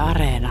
Areena.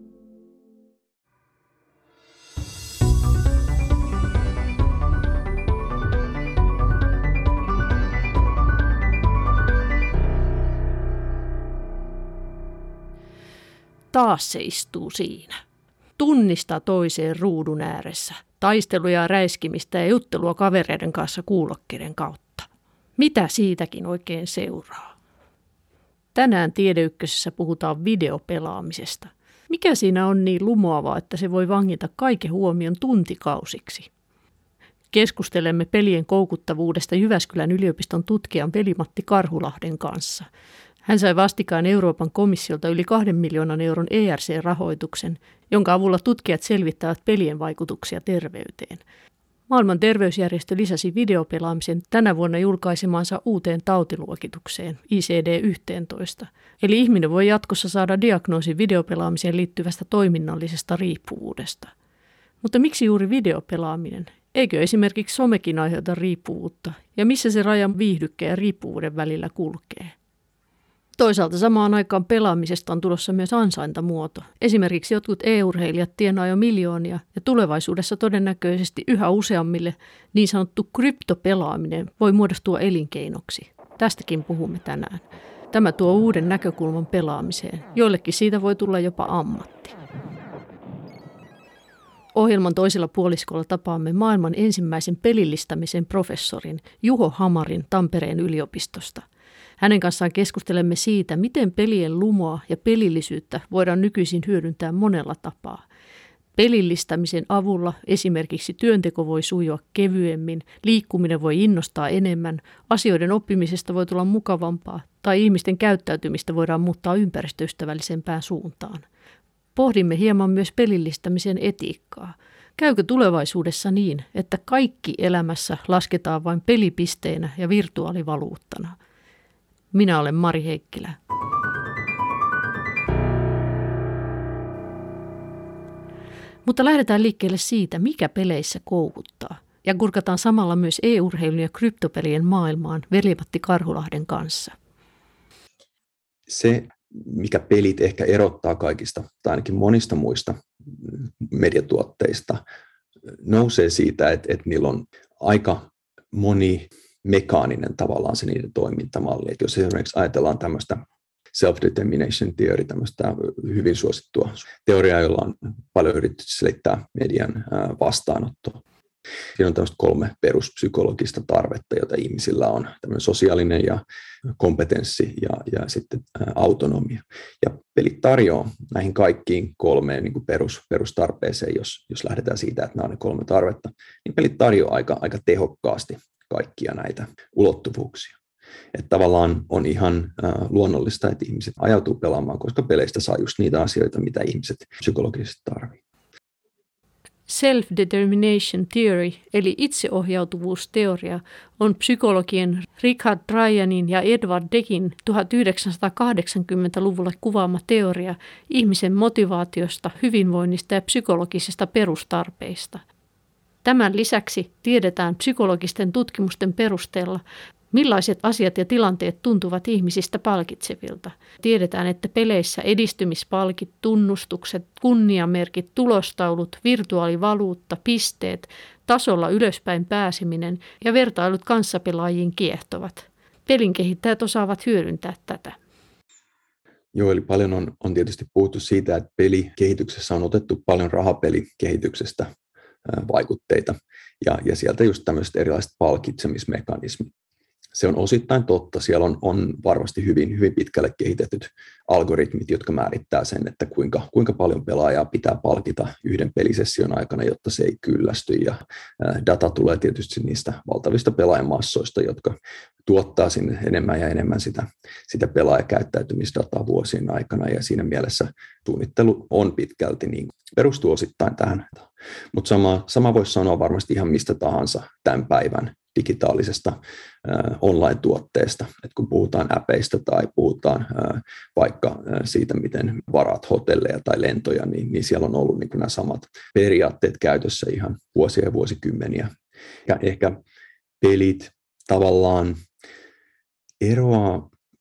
Taas se istuu siinä. Tunnista toiseen ruudun ääressä. Taisteluja, räiskimistä ja juttelua kavereiden kanssa kuulokkeiden kautta. Mitä siitäkin oikein seuraa? Tänään Tiedeykkösessä puhutaan videopelaamisesta. Mikä siinä on niin lumoavaa, että se voi vangita kaiken huomion tuntikausiksi? Keskustelemme pelien koukuttavuudesta Jyväskylän yliopiston tutkijan Veli-Matti Karhulahden kanssa. Hän sai vastikään Euroopan komissiolta yli 2 miljoonan euron ERC-rahoituksen, jonka avulla tutkijat selvittävät pelien vaikutuksia terveyteen. Maailman terveysjärjestö lisäsi videopelaamisen tänä vuonna julkaisemansa uuteen tautiluokitukseen, ICD-11. Eli ihminen voi jatkossa saada diagnoosin videopelaamiseen liittyvästä toiminnallisesta riippuvuudesta. Mutta miksi juuri videopelaaminen? Eikö esimerkiksi somekin aiheuta riippuvuutta? Ja missä se raja viihdykkeen ja riippuvuuden välillä kulkee? Toisaalta samaan aikaan pelaamisesta on tulossa myös ansaintamuoto. Esimerkiksi jotkut e-urheilijat tienaa jo miljoonia ja tulevaisuudessa todennäköisesti yhä useammille niin sanottu kryptopelaaminen voi muodostua elinkeinoksi. Tästäkin puhumme tänään. Tämä tuo uuden näkökulman pelaamiseen. Joillekin siitä voi tulla jopa ammatti. Ohjelman toisella puoliskolla tapaamme maailman ensimmäisen pelillistämisen professorin Juho Hamarin Tampereen yliopistosta. Hänen kanssaan keskustelemme siitä, miten pelien lumoa ja pelillisyyttä voidaan nykyisin hyödyntää monella tapaa. Pelillistämisen avulla esimerkiksi työnteko voi sujua kevyemmin, liikkuminen voi innostaa enemmän, asioiden oppimisesta voi tulla mukavampaa tai ihmisten käyttäytymistä voidaan muuttaa ympäristöystävällisempään suuntaan. Pohdimme hieman myös pelillistämisen etiikkaa. Käykö tulevaisuudessa niin, että kaikki elämässä lasketaan vain pelipisteenä ja virtuaalivaluuttana? Minä olen Mari Heikkilä. Mutta lähdetään liikkeelle siitä, mikä peleissä koukuttaa. Ja kurkataan samalla myös e-urheilun ja kryptopelien maailmaan Veli-Matti Karhulahden kanssa. Se, mikä pelit ehkä erottaa kaikista, tai ainakin monista muista mediatuotteista, nousee siitä, että niillä on aika monimekaaninen tavallaan se niiden toimintamalli. Että jos esimerkiksi ajatellaan tämmöistä self-determination theory, tämmöistä hyvin suosittua teoriaa, jolla on paljon yritetty selittää median vastaanottoa. Siinä on tämmöistä 3 peruspsykologista tarvetta, joita ihmisillä on. Tämmöinen sosiaalinen ja kompetenssi ja sitten autonomia. Ja pelit tarjoaa näihin kaikkiin 3 niin kuin perustarpeeseen, jos lähdetään siitä, että nämä on ne 3 tarvetta, niin pelit tarjoaa aika tehokkaasti kaikkia näitä ulottuvuuksia. Että tavallaan on ihan luonnollista, että ihmiset ajautuu pelaamaan, koska peleistä saa just niitä asioita, mitä ihmiset psykologisesti tarvitsevat. Self-determination theory, eli itseohjautuvuusteoria, on psykologien Richard Ryanin ja Edward Deckin 1980-luvulla kuvaama teoria ihmisen motivaatiosta, hyvinvoinnista ja psykologisista perustarpeista. Tämän lisäksi tiedetään psykologisten tutkimusten perusteella, millaiset asiat ja tilanteet tuntuvat ihmisistä palkitsevilta. Tiedetään, että peleissä edistymispalkit, tunnustukset, kunniamerkit, tulostaulut, virtuaalivaluutta, pisteet, tasolla ylöspäin pääseminen ja vertailut kanssapelaajiin kiehtovat. Pelin kehittäjät osaavat hyödyntää tätä. Joo, eli paljon on tietysti puhuttu siitä, että pelikehityksessä on otettu paljon rahapelikehityksestä vaikutteita ja sieltä just tämmöiset erilaiset palkitsemismekanismit. Se on osittain totta. Siellä on varmasti hyvin pitkälle kehitetyt algoritmit, jotka määrittää sen, että kuinka paljon pelaajaa pitää palkita yhden pelisession aikana, jotta se ei kyllästy. Ja data tulee tietysti niistä valtavista pelaajamassoista, jotka tuottaa sinne enemmän ja enemmän sitä pelaajakäyttäytymisdataa vuosien aikana. Ja siinä mielessä suunnittelu on pitkälti niin perustuu osittain tähän. Mutta sama voisi sanoa varmasti ihan mistä tahansa tämän päivän digitaalisesta online-tuotteesta, että kun puhutaan äpeistä tai puhutaan vaikka siitä, miten varaat hotelleja tai lentoja, niin siellä on ollut niin kuin nämä samat periaatteet käytössä ihan vuosia ja vuosikymmeniä. Ja ehkä pelit tavallaan eroaa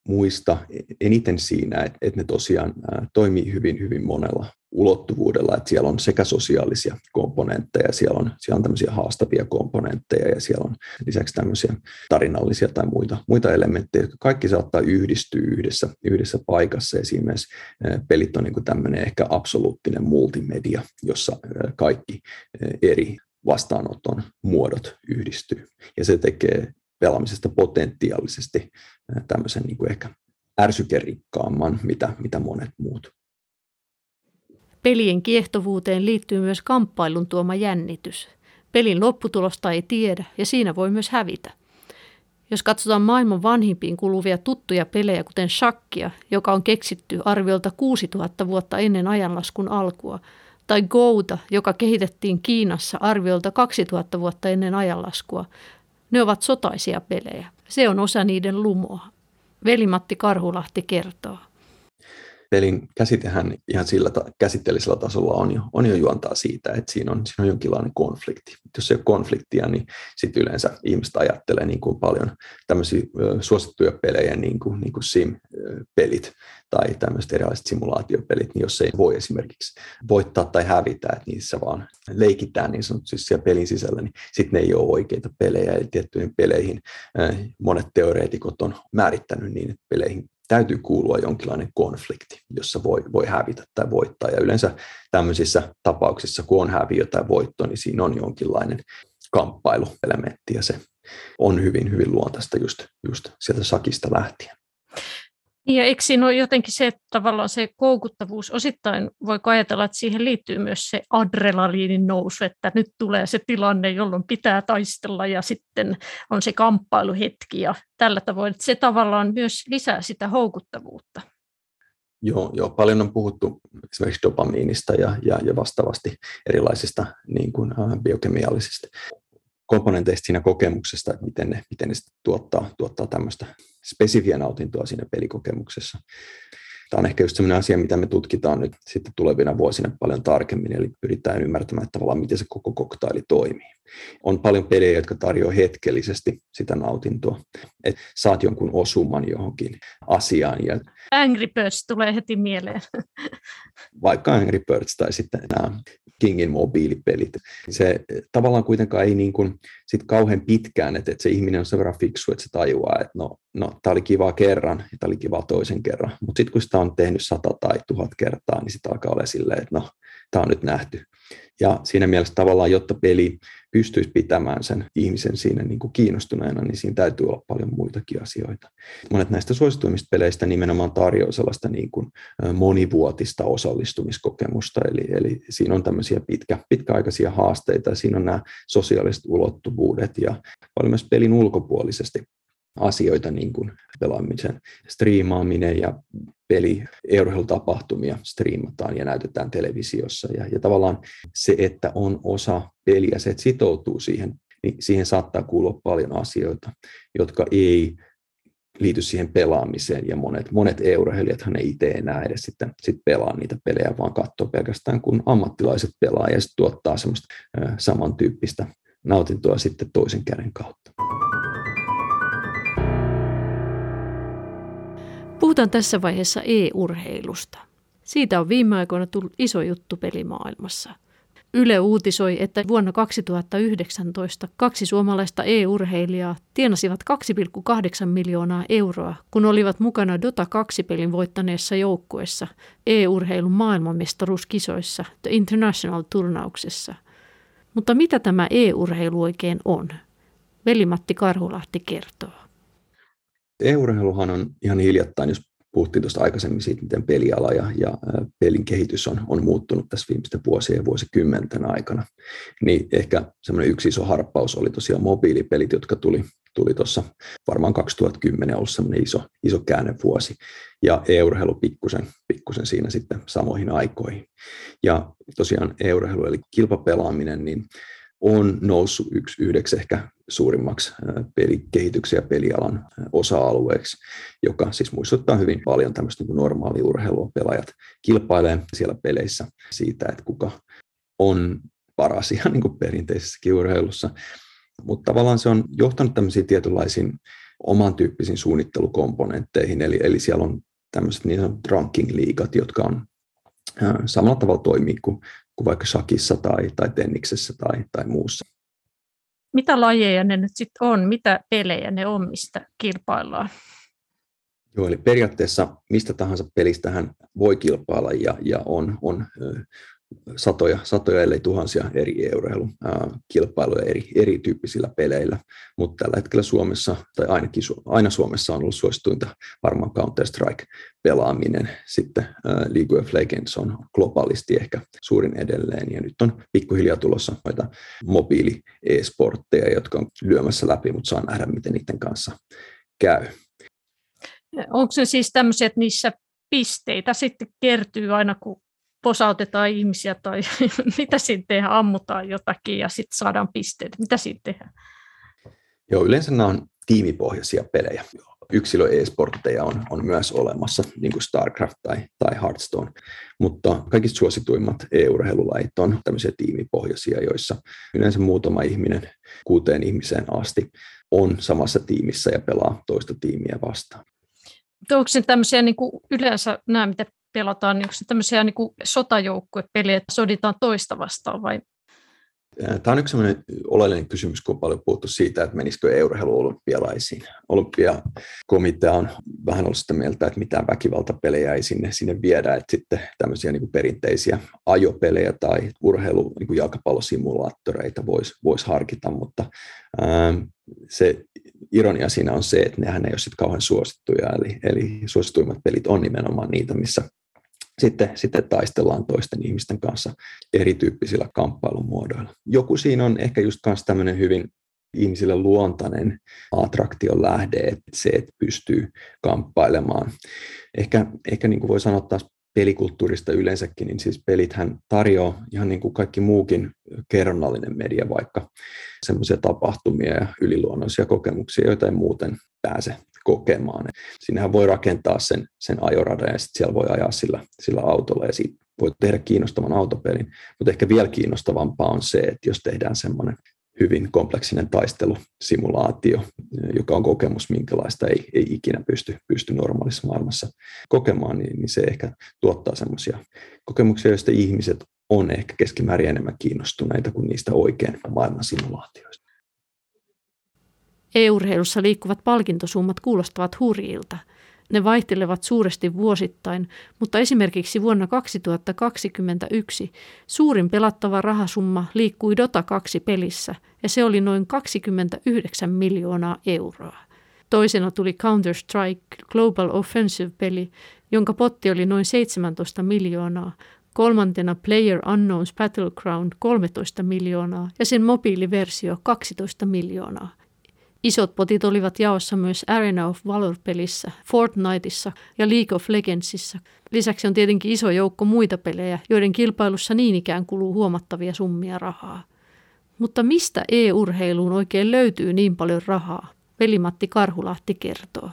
muista eniten siinä, että ne tosiaan toimii hyvin, hyvin monella ulottuvuudella, että siellä on sekä sosiaalisia komponentteja, siellä on tämmöisiä haastavia komponentteja ja siellä on lisäksi tämmöisiä tarinallisia tai muita elementtejä, jotka kaikki saattaa yhdistyä yhdessä paikassa ja siinä mielessä pelit on niin kuin tämmöinen ehkä absoluuttinen multimedia, jossa kaikki eri vastaanoton muodot yhdistyy ja se tekee pelaamisesta potentiaalisesti tämmöisen niin kuin ehkä ärsykerikkaamman, mitä monet muut. Pelien kiehtovuuteen liittyy myös kamppailun tuoma jännitys. Pelin lopputulosta ei tiedä ja siinä voi myös hävitä. Jos katsotaan maailman vanhimpiin kuluvia tuttuja pelejä, kuten shakkia, joka on keksitty arviolta 6000 vuotta ennen ajanlaskun alkua, tai Gouta, joka kehitettiin Kiinassa arviolta 2000 vuotta ennen ajanlaskua, ne ovat sotaisia pelejä. Se on osa niiden lumoa. Veli-Matti Karhulahti kertoo. Pelin käsitehän ihan sillä käsitteellisellä tasolla on jo juontaa siitä, että siinä on jonkinlainen konflikti. Jos ei ole konfliktia, niin sitten yleensä ihmiset ajattelee niin kuin paljon tämmöisiä suosittuja pelejä, niin kuin sim-pelit tai tämmöiset erilaiset simulaatiopelit, niin jos ei voi esimerkiksi voittaa tai hävitä, että niissä vaan leikitään niin sanotusti siellä pelin sisällä, niin sitten ne ei ole oikeita pelejä. Eli tiettyihin peleihin monet teoreetikot on määrittänyt niin, että peleihin täytyy kuulua jonkinlainen konflikti, jossa voi hävitä tai voittaa. Ja yleensä tämmöisissä tapauksissa, kun on häviö tai voitto, niin siinä on jonkinlainen kamppailuelementti ja se on hyvin, hyvin luontaista just sieltä shakista lähtien. Ja eikö siinä ole jotenkin se, että tavallaan se koukuttavuus osittain, voiko ajatella, että siihen liittyy myös se adrenaliinin nousu, että nyt tulee se tilanne, jolloin pitää taistella ja sitten on se kamppailuhetki ja tällä tavoin, että se tavallaan myös lisää sitä houkuttavuutta. Joo, paljon on puhuttu esimerkiksi dopamiinista ja vastaavasti erilaisista niin kuin, biokemiallisista komponenteista siinä kokemuksesta, että miten ne tuottaa tämmöistä spesifiä nautintoa siinä pelikokemuksessa. Tämä on ehkä just sellainen asia, mitä me tutkitaan nyt sitten tulevina vuosina paljon tarkemmin, eli pyritään ymmärtämään että tavallaan, miten se koko koktaili toimii. On paljon pelejä, jotka tarjoaa hetkellisesti sitä nautintoa, että saat jonkun osuman johonkin asiaan. Ja Angry Birds tulee heti mieleen. Vaikka Angry Birds tai sitten nämä Kingin mobiilipelit. Se tavallaan kuitenkaan ei niin kuin sit kauhean pitkään, että se ihminen on sen verran fiksu, että se tajuaa, että no tämä oli kiva kerran ja tämä oli kiva toisen kerran. Mutta sitten kun sitä on tehnyt 100 tai 1000 kertaa, niin sitten alkaa olla silleen, että no tämä on nyt nähty. Ja siinä mielessä tavallaan, jotta peli pystyisi pitämään sen ihmisen siinä niin kuin kiinnostuneena, niin siinä täytyy olla paljon muitakin asioita. Monet näistä suosituimmista peleistä nimenomaan tarjoaa sellaista niin kuin monivuotista osallistumiskokemusta, eli siinä on tämmöisiä pitkäaikaisia haasteita, ja siinä on nämä sosiaaliset ulottuvuudet ja paljon myös pelin ulkopuolisesti asioita, niin kuin pelaamisen striimaaminen ja urheilutapahtumia striimataan ja näytetään televisiossa. Ja tavallaan se, että on osa peliä, se, että sitoutuu siihen, niin siihen saattaa kuulua paljon asioita, jotka ei liity siihen pelaamiseen. Ja monet urheilijathan ei itse enää edes sitten pelaa niitä pelejä, vaan katsoo pelkästään, kun ammattilaiset pelaa ja sitten tuottaa semmoista samantyyppistä nautintoa sitten toisen käden kautta. Puhutaan tässä vaiheessa e-urheilusta. Siitä on viime aikoina tullut iso juttu pelimaailmassa. Yle uutisoi, että vuonna 2019 2 suomalaista e-urheilijaa tienasivat 2,8 miljoonaa euroa, kun olivat mukana Dota 2-pelin voittaneessa joukkueessa e-urheilun maailmanmestaruuskisoissa The International-turnauksessa. Mutta mitä tämä e-urheilu oikein on? Veli-Matti Karhulahti kertoo. E-urheiluhan on ihan hiljattain, jos puhuttiin tuosta aikaisemmin siitä, miten peliala ja pelin kehitys on muuttunut tässä viimeisten vuosien ja vuosikymmenten aikana, niin ehkä semmoinen yksi iso harppaus oli tosiaan mobiilipelit, jotka tuli tuossa varmaan 2010 ollut semmoinen iso käännevuosi, ja e-urheilu pikkusen siinä sitten samoihin aikoihin. Ja tosiaan e-urheilu eli kilpapelaaminen, niin on noussut yhdeksi ehkä suurimmaksi pelikehityksen ja pelialan osa-alueeksi, joka siis muistuttaa hyvin paljon tämmöistä niin kuin normaalia urheilua. Pelaajat kilpailee siellä peleissä siitä, että kuka on paras ihan niin kuin perinteisessäkin urheilussa. Mutta tavallaan se on johtanut tämmöisiin tietynlaisiin oman tyyppisiin suunnittelukomponentteihin, eli siellä on tämmöiset niin sanotut ranking-liigat, jotka on samalla tavalla toimii kuin vaikka shakissa tai tenniksessä tai muussa. Mitä lajeja ne nyt sitten on? Mitä pelejä ne on, mistä kilpaillaan? Joo, eli periaatteessa mistä tahansa pelistähän voi kilpailla ja on satoja ellei tuhansia eri e-urheilukilpailuja erityyppisillä peleillä, mutta tällä hetkellä Suomessa, tai ainakin aina Suomessa on ollut suosituinta varmaan Counter-Strike-pelaaminen, sitten League of Legends on globaalisti ehkä suurin edelleen, ja nyt on pikkuhiljaa tulossa noita mobiili-e-sportteja, jotka on lyömässä läpi, mutta saa nähdä, miten niiden kanssa käy. Onko se siis tämmöisiä, että niissä pisteitä sitten kertyy aina, kun posautetaan ihmisiä tai mitä siinä tehdään, ammutaan jotakin ja sitten saadaan pisteitä. Mitä siinä tehdään? Joo, yleensä nämä on tiimipohjaisia pelejä. Yksilö-e-sportteja on myös olemassa, niin kuin StarCraft tai Hearthstone, mutta kaikista suosituimmat e-urheilulajit on tämmöisiä tiimipohjaisia, joissa yleensä muutama ihminen 6 ihmiseen asti on samassa tiimissä ja pelaa toista tiimiä vastaan. Onko se tämmöisiä niin kuin yleensä nämä, mitä pelataan, niin onko se tämmöisiä niin kuin sotajoukkuepelejä, että soditaan toista vastaan vai? Tämä on yksi sellainen oleellinen kysymys, kun on paljon puhuttu siitä, että menisikö e-urheilu olympialaisiin. Olympiakomitea on vähän ollut sitä mieltä, että mitään väkivaltapelejä ei sinne viedä, että sitten tämmöisiä niin kuin perinteisiä ajopelejä tai urheilu, niin kuin jalkapallosimulaattoreita voisi harkita, mutta se ironia siinä on se, että nehän ei ole sitten kauhean suosittuja, eli suosituimmat pelit on nimenomaan niitä, missä sitten taistellaan toisten ihmisten kanssa erityyppisillä kamppailumuodoilla. Joku siinä on ehkä just myös tämmöinen hyvin ihmisille luontainen attraktion lähde, että se, että pystyy kamppailemaan. Ehkä niin kuin voi sanoa taas pelikulttuurista yleensäkin, niin siis pelithän tarjoaa ihan niin kuin kaikki muukin kerronnallinen media, vaikka semmoisia tapahtumia ja yliluonnollisia kokemuksia, joita ei muuten pääse kokemaan. Siinähän voi rakentaa sen ajoradan ja sitten siellä voi ajaa sillä autolla ja siitä voi tehdä kiinnostavan autopelin, mutta ehkä vielä kiinnostavampaa on se, että jos tehdään semmoinen hyvin kompleksinen taistelusimulaatio, joka on kokemus, minkälaista ei ikinä pysty normaalissa maailmassa kokemaan, niin se ehkä tuottaa semmoisia kokemuksia, joista ihmiset on ehkä keskimäärin enemmän kiinnostuneita kuin niistä oikein maailman simulaatioista. E-urheilussa liikkuvat palkintosummat kuulostavat hurjilta. Ne vaihtelevat suuresti vuosittain, mutta esimerkiksi vuonna 2021 suurin pelattava rahasumma liikkui Dota 2 pelissä ja se oli noin 29 miljoonaa euroa. Toisena tuli Counter-Strike Global Offensive-peli, jonka potti oli noin 17 miljoonaa. Kolmantena PlayerUnknown's Battleground 13 miljoonaa ja sen mobiiliversio 12 miljoonaa. Isot potit olivat jaossa myös Arena of Valor-pelissä, Fortniteissa ja League of Legendsissa. Lisäksi on tietenkin iso joukko muita pelejä, joiden kilpailussa niin ikään kuluu huomattavia summia rahaa. Mutta mistä e-urheiluun oikein löytyy niin paljon rahaa? Veli-Matti Karhulahti kertoo.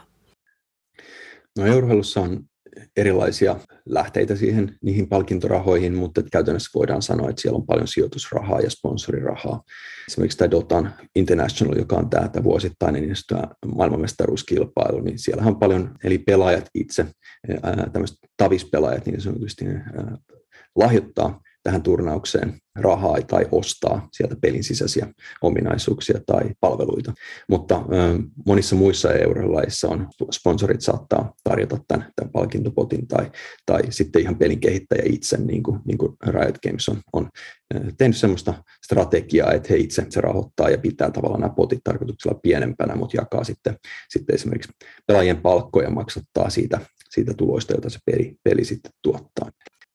No e-urheilussa on erilaisia lähteitä niihin palkintorahoihin, mutta käytännössä voidaan sanoa, että siellä on paljon sijoitusrahaa ja sponsorirahaa. Esimerkiksi tämä Dotan International, joka on tämä vuosittainen maailmanmestaruuskilpailu, niin siellähän on paljon, eli pelaajat itse, tämmöiset tavispelaajat niin sanotusti lahjoittaa tähän turnaukseen rahaa tai ostaa sieltä pelin sisäisiä ominaisuuksia tai palveluita. Mutta monissa muissa e-urheilulajeissa sponsorit saattaa tarjota tämän palkintopotin tai sitten ihan pelin kehittäjä itse, niin kuin Riot Games on tehnyt semmoista strategiaa, että he itse se rahoittaa ja pitää tavallaan nämä potit tarkoituksella pienempänä, mutta jakaa sitten esimerkiksi pelaajien palkkoja maksattaa siitä tuloista, jota se peli sitten tuottaa.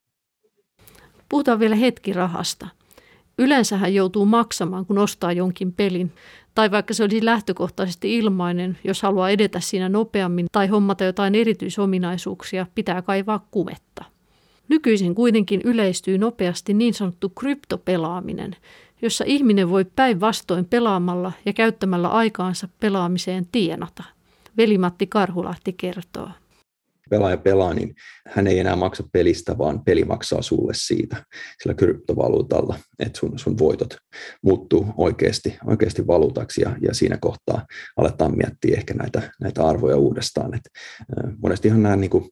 Puhutaan vielä hetki rahasta. Yleensähän joutuu maksamaan, kun ostaa jonkin pelin. Tai vaikka se olisi lähtökohtaisesti ilmainen, jos haluaa edetä siinä nopeammin tai hommata jotain erityisominaisuuksia, pitää kaivaa kumetta. Nykyisin kuitenkin yleistyy nopeasti niin sanottu kryptopelaaminen, jossa ihminen voi päinvastoin pelaamalla ja käyttämällä aikaansa pelaamiseen tienata. Veli-Matti Karhulahti kertoo. pelaaja pelaa, niin hän ei enää maksa pelistä, vaan peli maksaa sulle siitä sillä kryptovaluutalla, että sun voitot muuttuu oikeasti valuutaksi ja siinä kohtaa aletaan miettiä ehkä näitä arvoja uudestaan. Et monestihan nämä niin kuin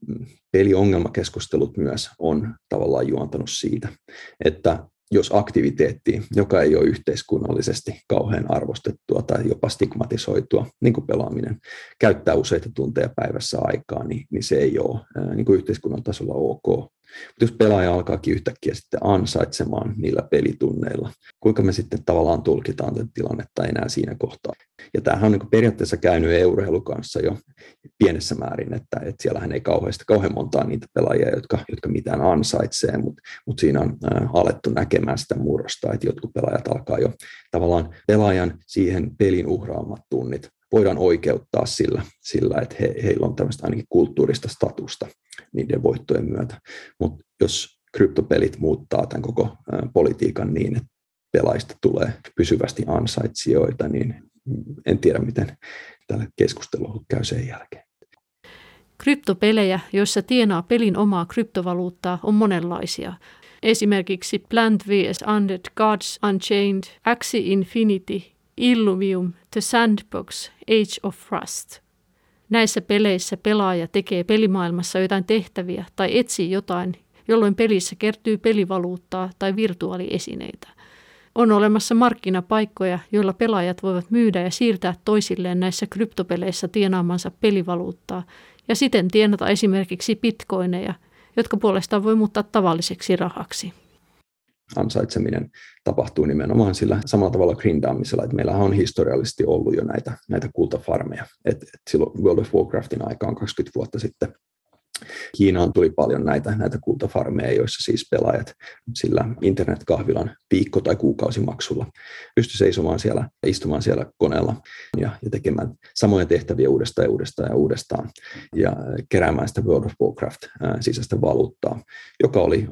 peliongelmakeskustelut myös on tavallaan juontanut siitä, että jos aktiviteetti, joka ei ole yhteiskunnallisesti kauhean arvostettua tai jopa stigmatisoitua, niin kuin pelaaminen, käyttää useita tunteja päivässä aikaa, niin se ei ole niin kuin yhteiskunnan tasolla ok. Mutta jos pelaaja alkaakin yhtäkkiä sitten ansaitsemaan niillä pelitunneilla, kuinka me sitten tavallaan tulkitaan tätä tilannetta enää siinä kohtaa. Ja tämähän on niin kuin periaatteessa käynyt EU-urheilun kanssa jo pienessä määrin, että siellähän ei kauhean montaa niitä pelaajia, jotka mitään ansaitsee, mutta siinä on alettu näkemään sitä murrosta, että jotkut pelaajat alkaa jo tavallaan pelaajan siihen pelin uhraamat tunnit voidaan oikeuttaa sillä että heillä on tämmöistä ainakin kulttuurista statusta niiden voittojen myötä. Mutta jos kryptopelit muuttaa tämän koko politiikan niin, että pelaajista tulee pysyvästi ansaitsijoita, niin en tiedä, miten tälle keskustelulle käy sen jälkeen. Kryptopelejä, joissa tienaa pelin omaa kryptovaluuttaa, on monenlaisia. Esimerkiksi Plant vs. Undead, Gods Unchained, Axie Infinity, Illuvium, The Sandbox, Age of Rust. Näissä peleissä pelaaja tekee pelimaailmassa jotain tehtäviä tai etsii jotain, jolloin pelissä kertyy pelivaluuttaa tai virtuaaliesineitä. On olemassa markkinapaikkoja, joilla pelaajat voivat myydä ja siirtää toisilleen näissä kryptopeleissä tienaamansa pelivaluuttaa ja siten tienata esimerkiksi bitcoineja, jotka puolestaan voi muuttaa tavalliseksi rahaksi. Ansaitseminen tapahtuu nimenomaan sillä samalla tavalla grindaamisella, että meillähän on historiallisesti ollut jo näitä kultafarmeja. Et silloin World of Warcraftin aikaan 20 vuotta sitten Kiinaan tuli paljon näitä kultafarmeja, joissa siis pelaajat sillä internetkahvilan viikko- tai kuukausimaksulla pystyi seisomaan siellä, istumaan siellä koneella ja tekemään samoja tehtäviä uudestaan ja keräämään sitä World of Warcraft sisäistä valuuttaa, joka oli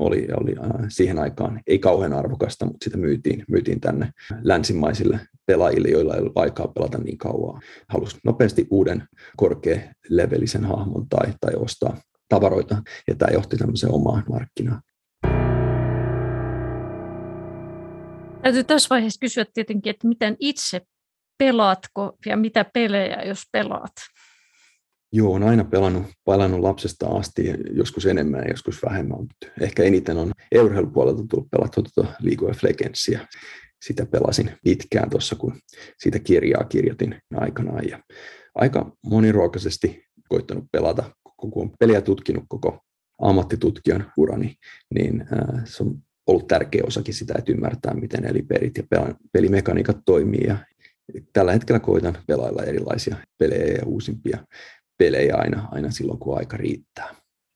siihen aikaan ei kauhean arvokasta, mutta sitä myytiin tänne länsimaisille pelaajille, joilla ei ollut aikaa pelata niin kauan. Halusi nopeasti uuden korkea-levelisen hahmon tai ostaa tavaroita, ja tämä johti tämmöiseen omaan markkinaan. Täytyy tässä vaiheessa kysyä tietenkin, että miten itse pelaatko ja mitä pelejä, jos pelaat? Joo, olen aina pelannut lapsesta asti, joskus enemmän ja joskus vähemmän. Ehkä eniten on urheilupuolelta tullut pelattua League of Legendsia. Sitä pelasin pitkään tuossa, kun siitä kirjaa kirjoitin aikanaan. Ja aika moniruokaisesti koittanut pelata, kun on peliä tutkinut koko ammattitutkijan urani, niin se on ollut tärkeä osakin sitä, että ymmärtää, miten eri pelit ja pelimekaniikat toimii. Ja tällä hetkellä koitan pelailla erilaisia pelejä ja uusimpia pelejä aina silloin, kun aika riittää.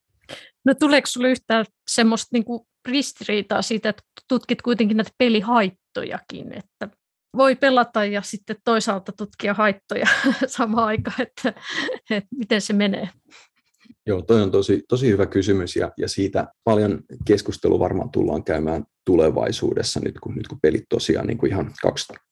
No tuleeko sinulle yhtään semmoista niinku ristiriitaa siitä, että tutkit kuitenkin näitä pelihaittojakin, että voi pelata ja sitten toisaalta tutkia haittoja samaan aikaan, että miten se menee? Joo, toi on tosi hyvä kysymys ja siitä paljon keskustelua varmaan tullaan käymään tulevaisuudessa nyt kun pelit tosiaan niin kuin ihan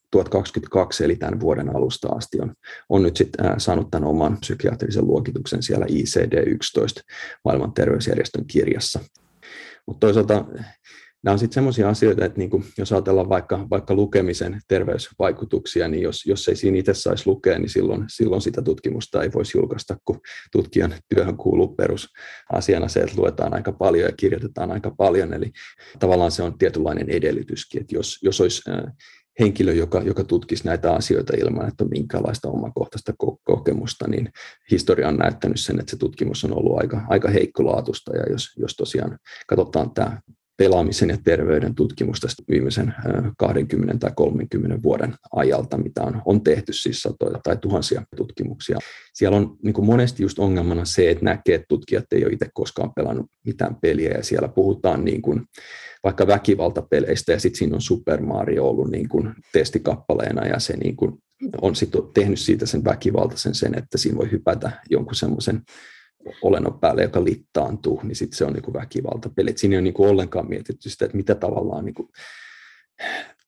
2022 eli tämän vuoden alusta asti on nyt sitten saanut tämän oman psykiatrisen luokituksen siellä ICD-11 maailman terveysjärjestön kirjassa. Mutta toisaalta nämä on sitten semmoisia asioita, että niinku, jos ajatellaan vaikka lukemisen terveysvaikutuksia, niin jos ei siinä itse saisi lukea, niin silloin sitä tutkimusta ei voisi julkaista, kun tutkijan työhön kuuluu perusasiana se, että luetaan aika paljon ja kirjoitetaan aika paljon. Eli tavallaan se on tietynlainen edellytyskin, että jos olisi henkilö, joka tutkisi näitä asioita ilman, että on minkäänlaista omakohtaista kokemusta, niin historia on näyttänyt sen, että se tutkimus on ollut aika heikkolaatuista, ja jos tosiaan katsotaan tämä pelaamisen ja terveyden tutkimusta viimeisen 20 tai 30 vuoden ajalta, mitä on tehty siis satoja tai tuhansia tutkimuksia. Siellä on niin kuin monesti just ongelmana se, että näkee, että tutkijat ei ole itse koskaan pelannut mitään peliä, ja siellä puhutaan niin kuin vaikka väkivaltapeleistä, ja sitten siinä on Super Mario ollut niin kuin testikappaleena, ja se niin kuin on sitten tehnyt siitä sen väkivaltaisen sen, että siinä voi hypätä jonkun semmoisen olennon päälle, joka littaantuu, niin sitten se on niin kuin väkivaltapeli. Siinä ei ole niin kuin ollenkaan mietitty sitä, että mitä tavallaan niin kuin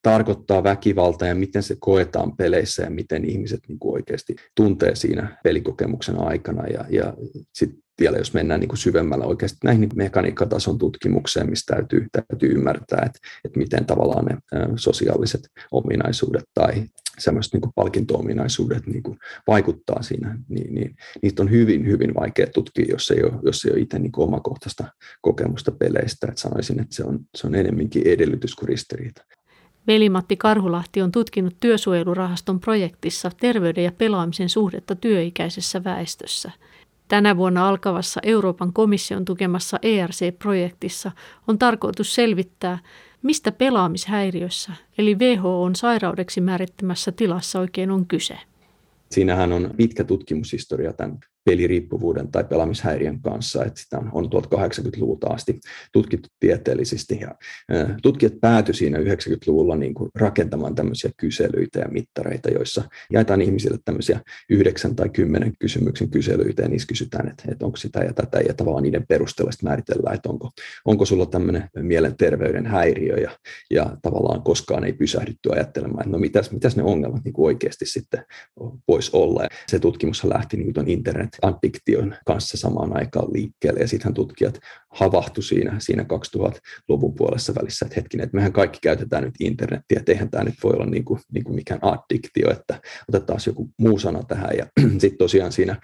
tarkoittaa väkivalta ja miten se koetaan peleissä ja miten ihmiset niin kuin oikeasti tuntee siinä pelikokemuksen aikana. Ja sitten vielä jos mennään niin kuin syvemmällä oikeasti näihin mekaniikkatason tutkimukseen, missä täytyy ymmärtää, että miten tavallaan ne sosiaaliset ominaisuudet tai semmoiset niin kuin palkinto-ominaisuudet niin kuin vaikuttaa siinä, niin niitä on hyvin, hyvin vaikea tutkia, jos ei ole itse niin kuin omakohtaista kokemusta peleistä. Et sanoisin, että se on enemmänkin edellytys kuin ristiriita. Veli-Matti Karhulahti on tutkinut Työsuojelurahaston projektissa terveyden ja pelaamisen suhdetta työikäisessä väestössä. Tänä vuonna alkavassa Euroopan komission tukemassa ERC-projektissa on tarkoitus selvittää, mistä pelaamishäiriössä, eli WHO:n sairaudeksi määrittämässä tilassa oikein on kyse. Siinähän on pitkä tutkimushistoria tämän peliriippuvuuden tai pelaamishäiriön kanssa, että sitä on tuolta 80-luvulta asti tutkittu tieteellisesti. Ja tutkijat päätyi siinä 90-luvulla niin kuin rakentamaan tämmöisiä kyselyitä ja mittareita, joissa jaetaan ihmisille tämmöisiä 9 tai 10 kysymyksen kyselyitä, ja niissä kysytään, että onko sitä ja tätä, ja tavallaan niiden perusteella määritellään, että onko sulla tämmöinen mielenterveyden häiriö, ja tavallaan koskaan ei pysähdytty ajattelemaan, että no mitäs ne ongelmat niin kuin oikeasti sitten voisi olla. Ja se tutkimus lähti niin kuin internet-addiktion kanssa samaan aikaan liikkeelle, ja sittenhän tutkijat havahtui siinä 2000-luvun puolessa välissä, että hetkinen, että mehän kaikki käytetään nyt internetiä, että eihän tämä nyt voi olla niin kuin mikään addiktio, että otetaan joku muu sana tähän, ja sitten tosiaan siinä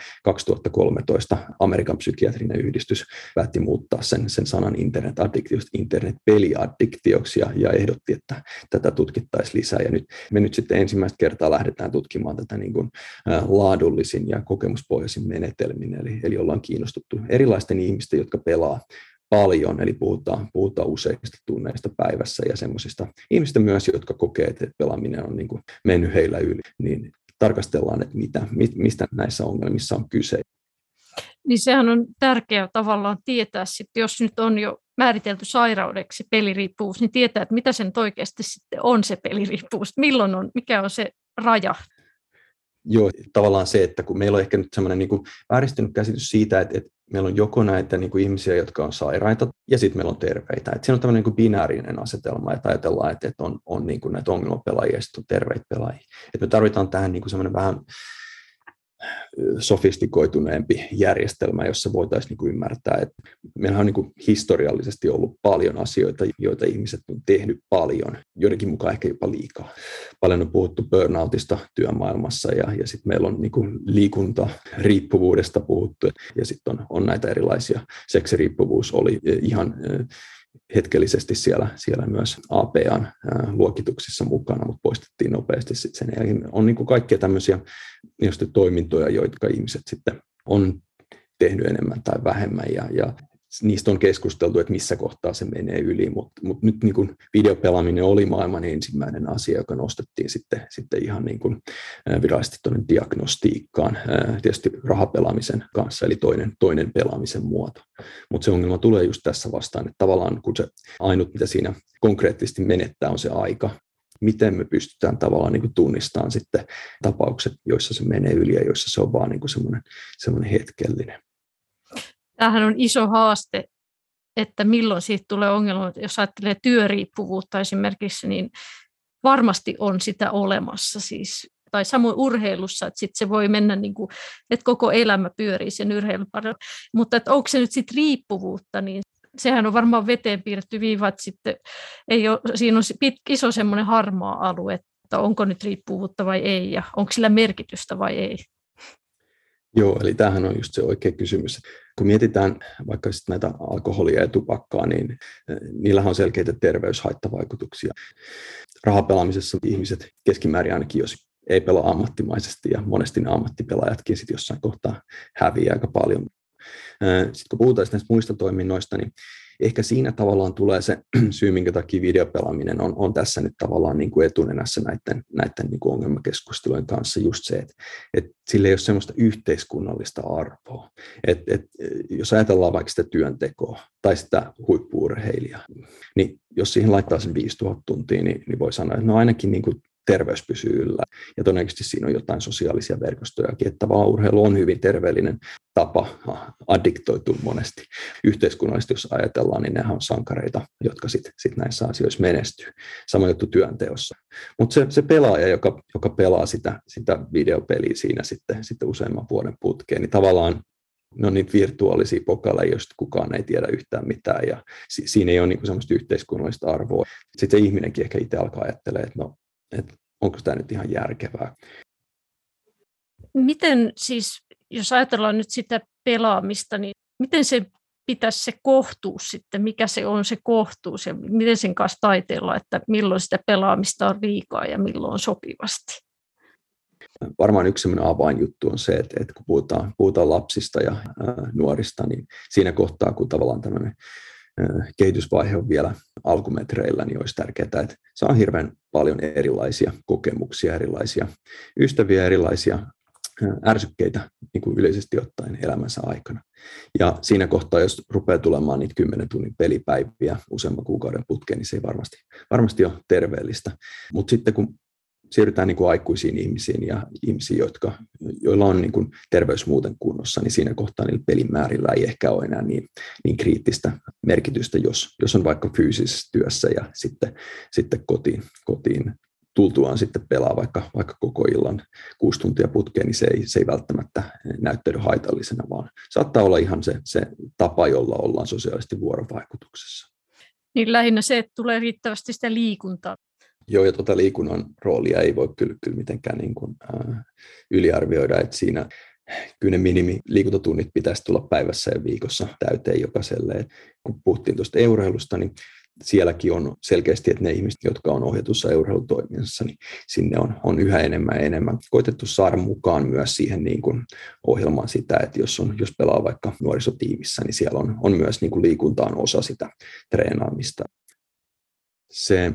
2013 Amerikan psykiatrinen yhdistys päätti muuttaa sen sanan internet-addiktiosta internet-peliaddiktioksi, ja ehdotti, että tätä tutkittaisiin lisää, ja me nyt sitten ensimmäistä kertaa lähdetään tutkimaan tätä niin kuin laadullisin ja kokemuspohjaisin menetelmin, eli ollaan kiinnostuttu erilaisten ihmisten, jotka pelaa paljon, eli puhutaan useista tunneista päivässä ja semmoisista ihmistä myös, jotka kokee, että pelaaminen on niin kuin mennyt heillä yli, niin tarkastellaan, että mistä näissä ongelmissa on kyse. Niin sehän on tärkeää tavallaan tietää, sitten, jos nyt on jo määritelty sairaudeksi peliriippuvuus, niin tietää, että mitä se nyt oikeasti sitten on se peliriippuvuus, mikä on se raja. Joo, tavallaan se, että kun meillä on ehkä nyt semmoinen niin kuin vääristynyt käsitys siitä, että meillä on joko näitä niin kuin ihmisiä, jotka on sairaita, ja sitten meillä on terveitä. Että siinä on tämmöinen niin kuin binäärinen asetelma, että ajatellaan, että on niin kuin näitä ongelmapelaajia ja sitten on terveitä pelaajia. Että me tarvitaan tähän niin kuin semmoinen vähän sofistikoituneempi järjestelmä, jossa voitaisiin niin kuin ymmärtää, että meillä on niin kuin historiallisesti ollut paljon asioita, joita ihmiset on tehnyt paljon, joidenkin mukaan ehkä jopa liikaa. Paljon on puhuttu burnoutista työmaailmassa, ja sitten meillä on niin kuin liikuntariippuvuudesta puhuttu, ja sitten on näitä erilaisia, seksiriippuvuus oli ihan hetkellisesti siellä myös APAn luokituksissa mukana, mutta poistettiin nopeasti sitten sen. Eli on niin kuin kaikkia tämmöisiä toimintoja, jotka ihmiset sitten on tehnyt enemmän tai vähemmän, ja niistä on keskusteltu, että missä kohtaa se menee yli, mutta nyt niin kuin videopelaaminen oli maailman ensimmäinen asia, joka nostettiin sitten ihan niin kuin virallisesti tuonne diagnostiikkaan, tietysti rahapelaamisen kanssa, eli toinen pelaamisen muoto. Mutta se ongelma tulee just tässä vastaan, että tavallaan kun se ainut, mitä siinä konkreettisesti menettää, on se aika, miten me pystytään tavallaan niin kuin tunnistamaan sitten tapaukset, joissa se menee yli ja joissa se on vaan niin kuin semmoinen hetkellinen. Tämähän on iso haaste, että milloin siitä tulee ongelma. Jos ajattelee työriippuvuutta esimerkiksi, niin varmasti on sitä olemassa. Siis, tai samoin urheilussa, että sit se voi mennä, niin kuin, että koko elämä pyörii sen urheilun parilla. Mutta että onko se nyt sitten riippuvuutta, niin sehän on varmaan veteen piirretty viiva, että sitten ei ole, siinä on iso semmoinen harmaa alue, että onko nyt riippuvuutta vai ei, ja onko sillä merkitystä vai ei. Joo, eli tämähän on just se oikea kysymys. Kun mietitään vaikka sitten näitä alkoholia ja tupakkaa, niin niillähän on selkeitä terveyshaittavaikutuksia. Rahapelaamisessa ihmiset keskimäärin ainakin, jos ei pelaa ammattimaisesti, ja monesti ne ammattipelaajatkin sitten jossain kohtaa häviää aika paljon. Sitten kun puhutaan näistä muista toiminnoista, niin ehkä siinä tavallaan tulee se syy, minkä takia videopelaaminen on tässä nyt tavallaan niin kuin etunenässä näiden niin kuin ongelmakeskustelujen kanssa just se, että sillä ei ole semmoista yhteiskunnallista arvoa. Jos ajatellaan vaikka sitä työntekoa tai sitä huippu-urheilijaa, niin jos siihen laittaa sen 5000 tuntia, niin voi sanoa, että no ainakin niin kuin terveys pysyy yllä. Ja todennäköisesti siinä on jotain sosiaalisia verkostojakin, että vaan urheilu on hyvin terveellinen tapa addiktoitua monesti. Yhteiskunnallisesti, jos ajatellaan, niin nehän on sankareita, jotka sit näissä asioissa menestyy. Sama juttu työnteossa. Mutta se pelaaja, joka pelaa sitä videopeliä siinä sitten useamman vuoden putkeen, niin tavallaan ne on niitä virtuaalisia pokaleja, joista kukaan ei tiedä yhtään mitään, ja siinä ei ole niinku semmoista yhteiskunnallista arvoa. Sitten se ihminenkin ehkä itse alkaa ajattelemaan, että onko tämä nyt ihan järkevää. Miten siis, jos ajatellaan nyt sitä pelaamista, niin miten se pitäisi se kohtuus sitten, mikä se on se kohtuus ja miten sen kanssa taiteilla, että milloin sitä pelaamista on liikaa ja milloin sopivasti? Varmaan yksi sellainen avainjuttu on se, että kun puhutaan lapsista ja nuorista, niin siinä kohtaa, kun tavallaan tämmöinen kehitysvaihe on vielä alkumetreillä, niin olisi tärkeää, että saa hirveän paljon erilaisia kokemuksia, erilaisia ystäviä, erilaisia ärsykkeitä niin kuin yleisesti ottaen elämänsä aikana. Ja siinä kohtaa, jos rupeaa tulemaan niitä 10 tunnin pelipäiviä useamman kuukauden putkeen, niin se ei varmasti ole terveellistä. Mutta sitten kun siirrytään niin kuin aikuisiin ihmisiin ja ihmisiin, joilla on niin kuin terveys muuten kunnossa, niin siinä kohtaa niillä pelimäärillä ei ehkä ole enää niin kriittistä merkitystä, jos on vaikka fyysisessä työssä ja sitten kotiin tultuaan sitten pelaa vaikka koko illan 6 tuntia putkeen, niin se ei välttämättä näyttäydy haitallisena, vaan saattaa olla ihan se tapa, jolla ollaan sosiaalisesti vuorovaikutuksessa. Niin lähinnä se, että tulee riittävästi sitä liikuntaa. Joo, ja liikunnan roolia ei voi kyllä mitenkään niin kuin, yliarvioida, että siinä kyllä ne minimiliikuntatunnit pitäisi tulla päivässä ja viikossa täyteen jokaiselle. Et kun puhuttiin tuosta urheilusta, niin sielläkin on selkeästi, että ne ihmiset, jotka on ohjatussa urheilutoiminnassa, niin sinne on yhä enemmän ja enemmän koitettu saada mukaan myös siihen niin kuin ohjelmaan sitä, että jos pelaa vaikka nuorisotiimissä, niin siellä on myös niin kuin liikuntaan osa sitä treenaamista. Se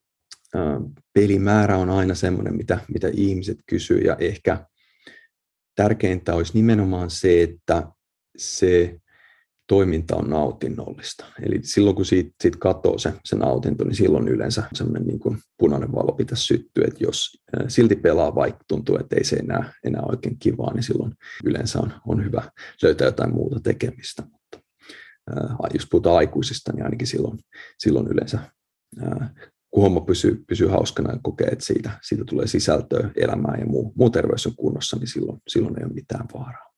pelimäärä on aina semmoinen, mitä ihmiset kysyy, ja ehkä tärkeintä olisi nimenomaan se, että se toiminta on nautinnollista. Eli silloin, kun siitä katoo se nautinto, niin silloin yleensä semmoinen niin kuin punainen valo pitäisi syttyä, että jos silti pelaa, vaikka tuntuu, että ei se enää oikein kivaa, niin silloin yleensä on hyvä löytää jotain muuta tekemistä. Mutta jos puhutaan aikuisista, niin ainakin silloin yleensä kun homma pysyy hauskana ja kokee, että siitä tulee sisältöä elämään ja muu terveys on kunnossa, niin silloin ei ole mitään vaaraa.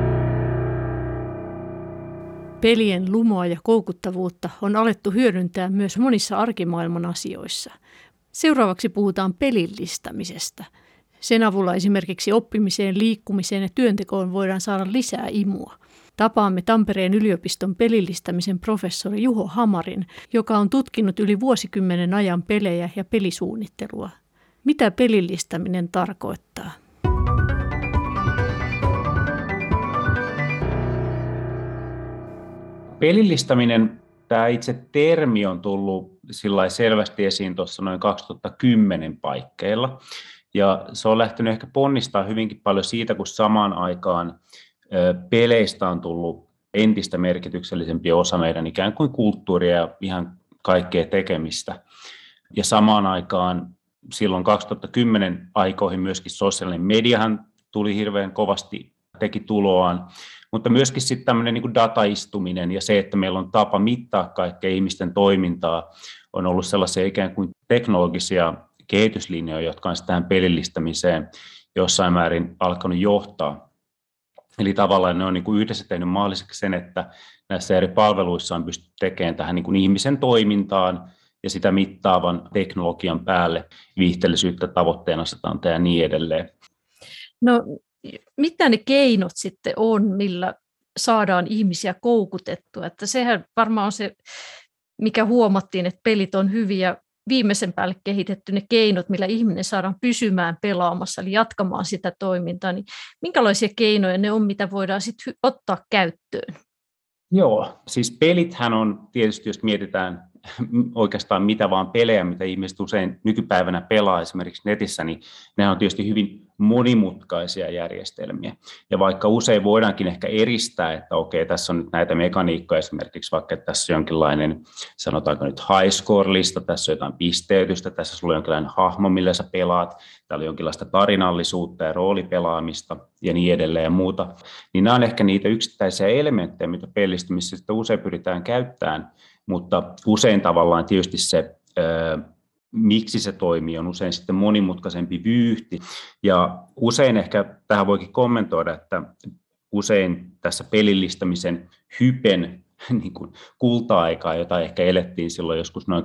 Pelien lumoa ja koukuttavuutta on alettu hyödyntää myös monissa arkimaailman asioissa. Seuraavaksi puhutaan pelillistämisestä. Sen avulla esimerkiksi oppimiseen, liikkumiseen ja työntekoon voidaan saada lisää imua. Tapaamme Tampereen yliopiston pelillistämisen professori Juho Hamarin, joka on tutkinut yli vuosikymmenen ajan pelejä ja pelisuunnittelua. Mitä pelillistäminen tarkoittaa? Pelillistäminen, tämä itse termi on tullut selvästi esiin tuossa noin 2010 paikkeilla. Ja se on lähtenyt ehkä ponnistaa hyvinkin paljon siitä, kun samaan aikaan peleistä on tullut entistä merkityksellisempi osa meidän ikään kuin kulttuuria ja ihan kaikkea tekemistä. Ja samaan aikaan silloin 2010 aikoihin myöskin sosiaalinen mediahan tuli hirveän kovasti, teki tuloaan, mutta myöskin sitten tämmöinen niin kuin dataistuminen ja se, että meillä on tapa mittaa kaikkea ihmisten toimintaa, on ollut sellaisia ikään kuin teknologisia kehityslinjoja, jotka on tähän pelillistämiseen jossain määrin alkanut johtaa. Eli tavallaan ne on niin kuin yhdessä tehnyt mahdolliseksi sen, että näissä eri palveluissa on pystytty tekemään tähän niin kuin ihmisen toimintaan ja sitä mittaavan teknologian päälle viihteellisyyttä, tavoitteen asetanta ja niin edelleen. No, mitä ne keinot sitten on, millä saadaan ihmisiä koukutettua? Että sehän varmaan on se, mikä huomattiin, että pelit on hyviä. Viimeisen päälle kehitetty ne keinot, millä ihminen saadaan pysymään pelaamassa, eli jatkamaan sitä toimintaa, niin minkälaisia keinoja ne on, mitä voidaan sitten ottaa käyttöön? Joo, siis pelithän on tietysti, jos mietitään oikeastaan mitä vaan pelejä, mitä ihmiset usein nykypäivänä pelaa esimerkiksi netissä, niin ne on tietysti hyvin monimutkaisia järjestelmiä. Ja vaikka usein voidaankin ehkä eristää, että okei, tässä on nyt näitä mekaniikkoja esimerkiksi, vaikka että tässä on jonkinlainen, sanotaanko nyt high score-lista, tässä on jotain pisteytystä, tässä sulla on jonkinlainen hahmo, millä sä pelaat, täällä on jonkinlaista tarinallisuutta ja roolipelaamista ja niin edelleen ja muuta, niin nämä on ehkä niitä yksittäisiä elementtejä, mitä pellistymissä sitten usein pyritään käyttämään, mutta usein tavallaan tietysti se, miksi se toimii, on usein sitten monimutkaisempi vyyhti. Ja usein ehkä tähän voikin kommentoida, että usein tässä pelillistämisen hypen niin kuin kulta-aikaa, jota ehkä elettiin silloin joskus noin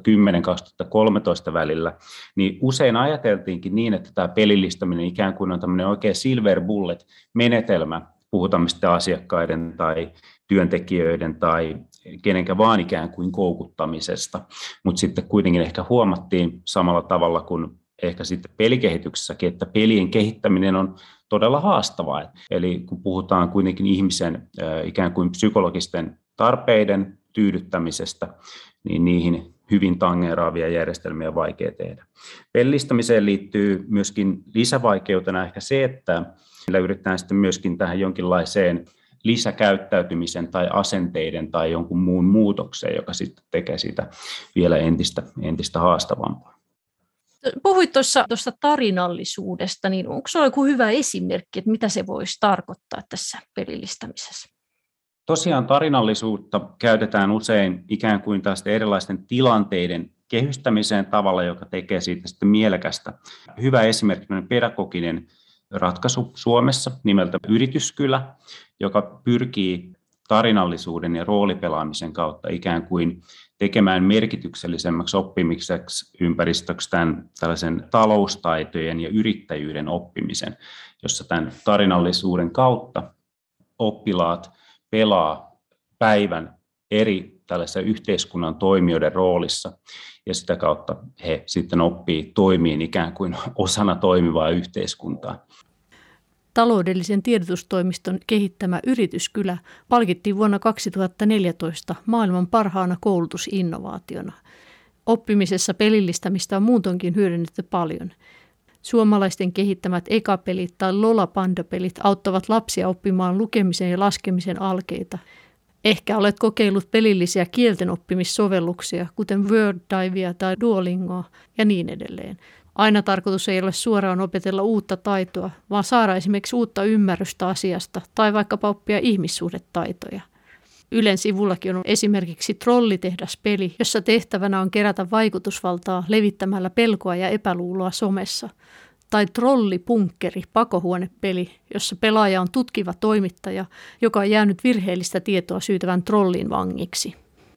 2010-2013 välillä, niin usein ajateltiinkin niin, että tämä pelillistäminen ikään kuin on tämmöinen oikein silver bullet-menetelmä, puhutaan sitten asiakkaiden tai työntekijöiden tai kenenkään vaan ikään kuin koukuttamisesta, mutta sitten kuitenkin ehkä huomattiin samalla tavalla kuin ehkä sitten pelikehityksessäkin, että pelien kehittäminen on todella haastavaa. Eli kun puhutaan kuitenkin ihmisen ikään kuin psykologisten tarpeiden tyydyttämisestä, niin niihin hyvin tangeeraavia järjestelmiä on vaikea tehdä. Pellistämiseen liittyy myöskin lisävaikeutena ehkä se, että meillä yritetään sitten myöskin tähän jonkinlaiseen lisäkäyttäytymisen tai asenteiden tai jonkun muun muutokseen, joka sitten tekee siitä vielä entistä haastavampaa. Puhuit tuossa tarinallisuudesta, niin onko se joku hyvä esimerkki, että mitä se voisi tarkoittaa tässä pelillistämisessä? Tosiaan tarinallisuutta käytetään usein ikään kuin tästä erilaisten tilanteiden kehystämiseen tavalla, joka tekee siitä sitten mielekästä. Hyvä esimerkki on pedagoginen ratkaisu Suomessa nimeltä Yrityskylä, joka pyrkii tarinallisuuden ja roolipelaamisen kautta ikään kuin tekemään merkityksellisemmäksi oppimiseksi ympäristöksi tämän tällaisen taloustaitojen ja yrittäjyyden oppimisen, jossa tämän tarinallisuuden kautta oppilaat pelaa päivän eri tällaisessa yhteiskunnan toimijoiden roolissa ja sitä kautta he sitten oppii toimiin ikään kuin osana toimivaa yhteiskuntaa. Taloudellisen tiedotustoimiston kehittämä Yrityskylä palkittiin vuonna 2014 maailman parhaana koulutusinnovaationa. Oppimisessa pelillistämistä on muutoinkin hyödynnetty paljon. Suomalaisten kehittämät ekapelit tai Lola-pandapelit auttavat lapsia oppimaan lukemisen ja laskemisen alkeita. Ehkä olet kokeillut pelillisiä kieltenoppimissovelluksia, kuten WordDivea tai Duolingoa ja niin edelleen. Aina tarkoitus ei ole suoraan opetella uutta taitoa, vaan saada esimerkiksi uutta ymmärrystä asiasta tai vaikkapa oppia ihmissuhdetaitoja. Ylen sivullakin on esimerkiksi Trollitehdas-peli, jossa tehtävänä on kerätä vaikutusvaltaa levittämällä pelkoa ja epäluuloa somessa. Tai Trollipunkkeri, pakohuonepeli, jossa pelaaja on tutkiva toimittaja, joka on jäänyt virheellistä tietoa syytävän trollin vangiksi.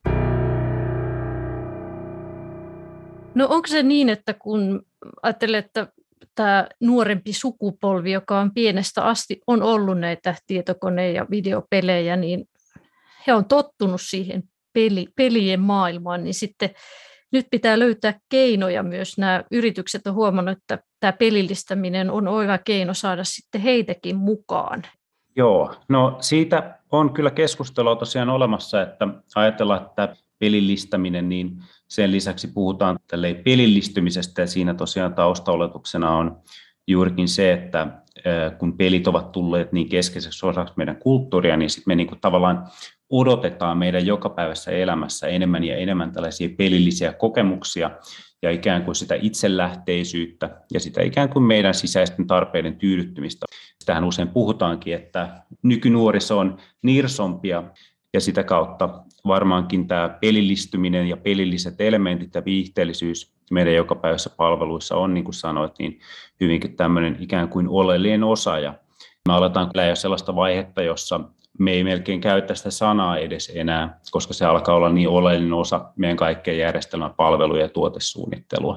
No onko se niin, että kun ajattelee, että tämä nuorempi sukupolvi, joka on pienestä asti on ollut näitä tietokone- ja videopelejä, niin he on tottunut siihen pelien maailmaan, niin sitten nyt pitää löytää keinoja myös. Nämä yritykset on huomannut, että tämä pelillistäminen on oiva keino saada sitten heitäkin mukaan. Joo, no siitä on kyllä keskustelua tosiaan olemassa, että ajatellaan, että pelillistäminen, niin sen lisäksi puhutaan pelillistymisestä ja siinä tosiaan taustaoletuksena on juurikin se, että kun pelit ovat tulleet niin keskeiseksi osaksi meidän kulttuuria, niin sitten me niin kuin tavallaan odotetaan meidän jokapäiväisessä elämässä enemmän ja enemmän tällaisia pelillisiä kokemuksia ja ikään kuin sitä itselähteisyyttä ja sitä ikään kuin meidän sisäisten tarpeiden tyydyttymistä. Sitähän usein puhutaankin, että nykynuoriso on nirsompia ja sitä kautta varmaankin tämä pelillistyminen ja pelilliset elementit ja viihteellisyys meidän jokapäiväisissä palveluissa on, niin kuin sanoit, niin hyvinkin tämmöinen ikään kuin oleellinen osa. Ja me aletaan kyllä jo sellaista vaihetta, jossa me ei melkein käytä sitä sanaa edes enää, koska se alkaa olla niin oleellinen osa meidän kaikkea järjestelmäpalveluja ja tuotesuunnittelua.